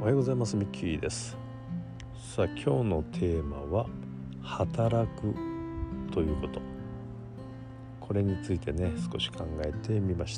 おはようございます。ミッキーです。さあ、今日のテーマは働くということ、これについてね少し考えてみました。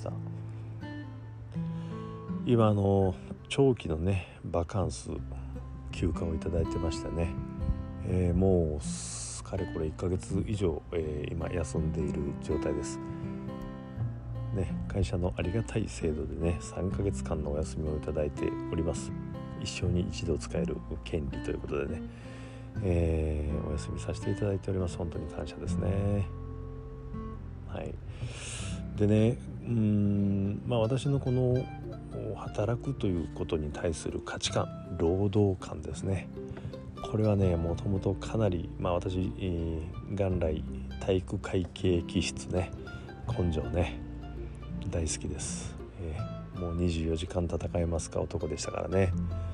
今長期のねバカンス休暇をいただいてましてね、もうかれこれ1ヶ月以上、今休んでいる状態ですね。会社のありがたい制度でね3ヶ月間のお休みをいただいております。一生に一度使える権利ということでね、お休みさせていただいております。本当に感謝ですね。はい。でね、私のこの働くということに対する価値観、労働観ですね。これはねもともとかなり、私、元来体育会系気質ね、根性ね大好きです。もう24時間戦えますか男でしたからね。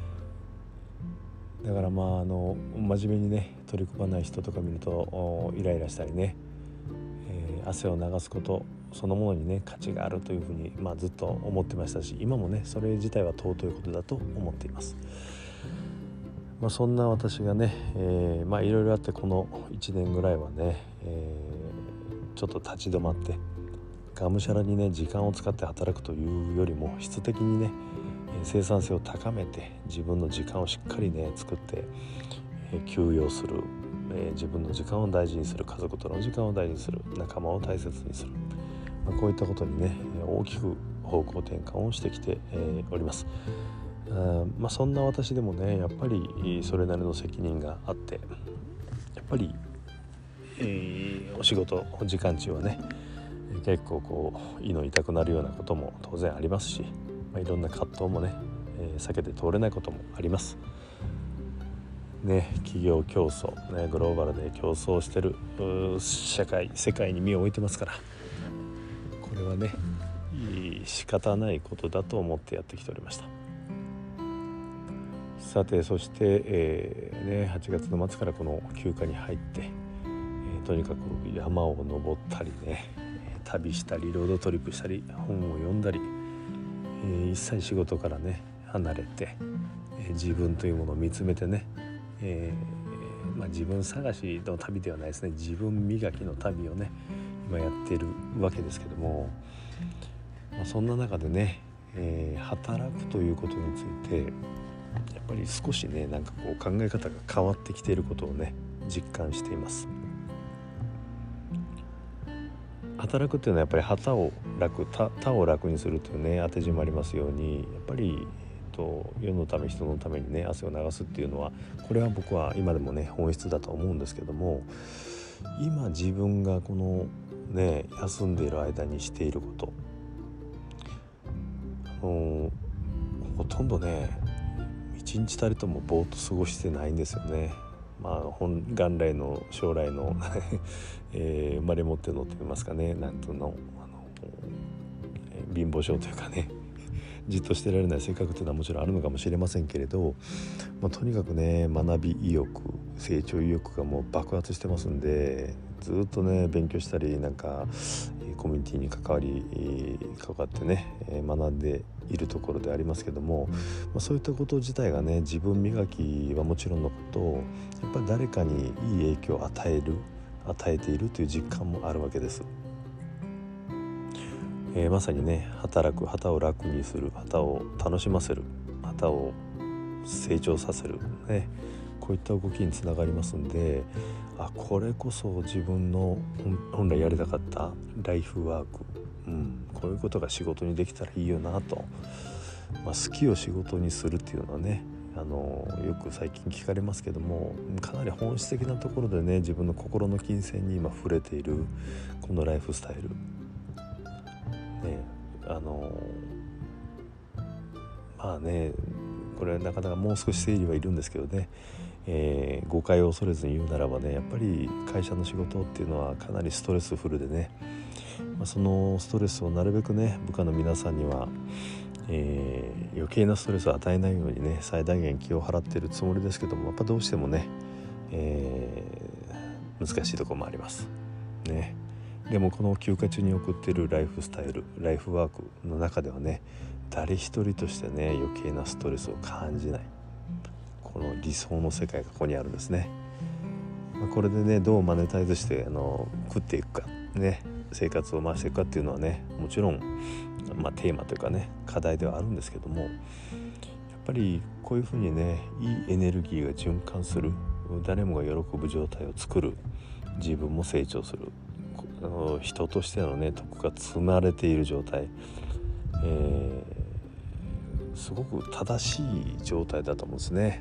だから真面目にね取り組まない人とか見るとイライラしたりね、汗を流すことそのものにね価値があるというふうに、ずっと思ってましたし、今もねそれ自体は尊いことだと思っています。そんな私がね、いろいろあってこの1年ぐらいはね、ちょっと立ち止まってがむしゃらにね時間を使って働くというよりも質的にね生産性を高めて自分の時間をしっかりね作って、休養する、自分の時間を大事にする、家族との時間を大事にする、仲間を大切にする、こういったことにね大きく方向転換をしてきて、おります。そんな私でもねやっぱりそれなりの責任があって、やっぱり、お仕事時間中はね結構胃の痛くなるようなことも当然ありますし、いろんな葛藤もね、避けて通れないこともありますね。企業競争、ね、グローバルで競争してる世界に身を置いてますから、これはね仕方ないことだと思ってやってきておりました。さてそして、8月の末からこの休暇に入って、とにかく山を登ったりね旅したりロードトリップしたり本を読んだり、一切仕事からね離れて、自分というものを見つめてね、自分探しの旅ではないですね、自分磨きの旅をね今やっているわけですけども、そんな中でね、働くということについてやっぱり少しね考え方が変わってきていることをね実感しています。働くっていうのはやっぱり旗を楽、他を楽にするというね当て字もありますように、やっぱり世のため人のためにね汗を流すっていうのは、これは僕は今でもね本質だと思うんですけども、今自分がこのね休んでいる間にしていること、ほとんどね一日たりともぼーっと過ごしてないんですよね。元来の将来の、生まれ持ってのと言いますかね、なんとの貧乏症というかねじっとしてられない性格というのはもちろんあるのかもしれませんけれど、とにかくね学び意欲、成長意欲がもう爆発してますんで、ずっとね勉強したりコミュニティに関わってね学んでいるところでありますけども、そういったこと自体がね自分磨きはもちろんのこと、やっぱり誰かにいい影響を与えているという実感もあるわけです。まさにね働く、旗を楽にする、旗を楽しませる、旗を成長させる、ね、こういった動きにつながりますんで、これこそ自分の本来やりたかったライフワーク、こういうことが仕事にできたらいいよなと、好きを仕事にするっていうのはねよく最近聞かれますけども、かなり本質的なところでね自分の心の金銭に今触れているこのライフスタイルね、これなかなかもう少し整理はいるんですけどね、誤解を恐れずに言うならばね、やっぱり会社の仕事っていうのはかなりストレスフルでね、そのストレスをなるべくね部下の皆さんには、余計なストレスを与えないようにね最大限気を払っているつもりですけども、やっぱどうしてもね、難しいところもありますね。でもこの休暇中に送っているライフスタイル、ライフワークの中ではね誰一人としてね余計なストレスを感じない、 この理想の世界がここにあるんですね。これでねどうマネタイズして食っていくかね、生活を回していくかっていうのはねもちろん、テーマというかね課題ではあるんですけども、やっぱりこういうふうにねいいエネルギーが循環する、誰もが喜ぶ状態を作る、自分も成長する、人としてのね徳が積まれている状態、すごく正しい状態だと思うんですね。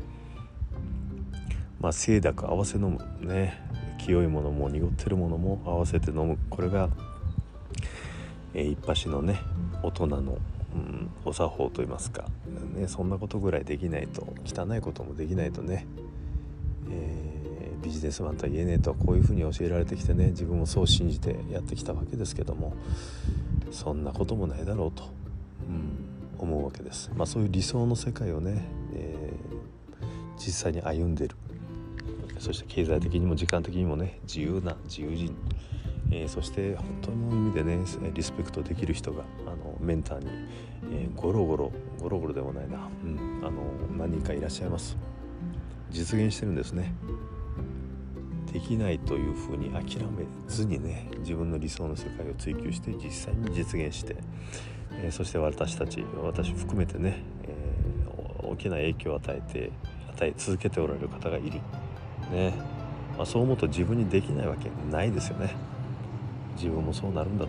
清濁合わせ飲むね、清いものも濁ってるものも合わせて飲む、これが、一発のね大人の、お作法といいますか、ね、そんなことぐらいできないと、汚いこともできないとね、ビジネスマンとは言えねえと、こういうふうに教えられてきてね、自分もそう信じてやってきたわけですけども、そんなこともないだろうと、思うわけです。そういう理想の世界をね、実際に歩んでいる、そして経済的にも時間的にもね自由人、そして本当の意味でねリスペクトできる人がメンターに、ゴロゴロでもないな、何人かいらっしゃいます。実現してるんですね。できないというふうに諦めずにね、自分の理想の世界を追求して実際に実現して、そして私含めてね、大きな影響を与え続けておられる方がいるね。そう思うと自分にできないわけないですよね。自分もそうなるんだと。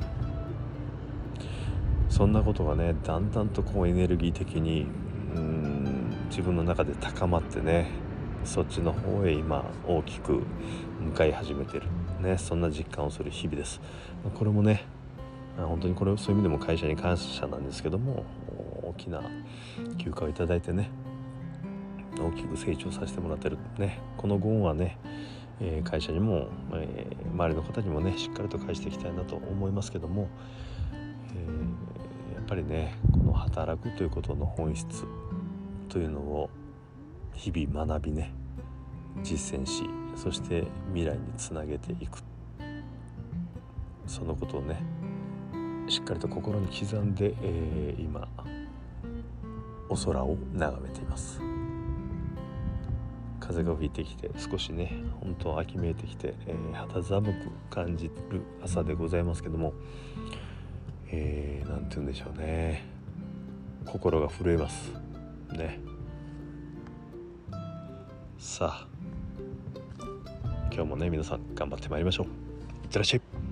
そんなことがねだんだんとこうエネルギー的に自分の中で高まってね、そっちの方へ今大きく向かい始めてるね、そんな実感をする日々です。これもね本当にそういう意味でも会社に感謝なんですけども、大きな休暇をいただいてね、大きく成長させてもらってるね。このご恩はね、会社にも、周りの方にもねしっかりと返していきたいなと思いますけども、やっぱりねこの働くということの本質というのを日々学びね、実践し、そして未来につなげていく、そのことをねしっかりと心に刻んで、今お空を眺めています。風が吹いてきて少しね本当秋めいてきて、肌寒く感じる朝でございますけども、なんて言うんでしょうね、心が震えますね。さあ今日もね皆さん頑張ってまいりましょう。いってらっしゃい。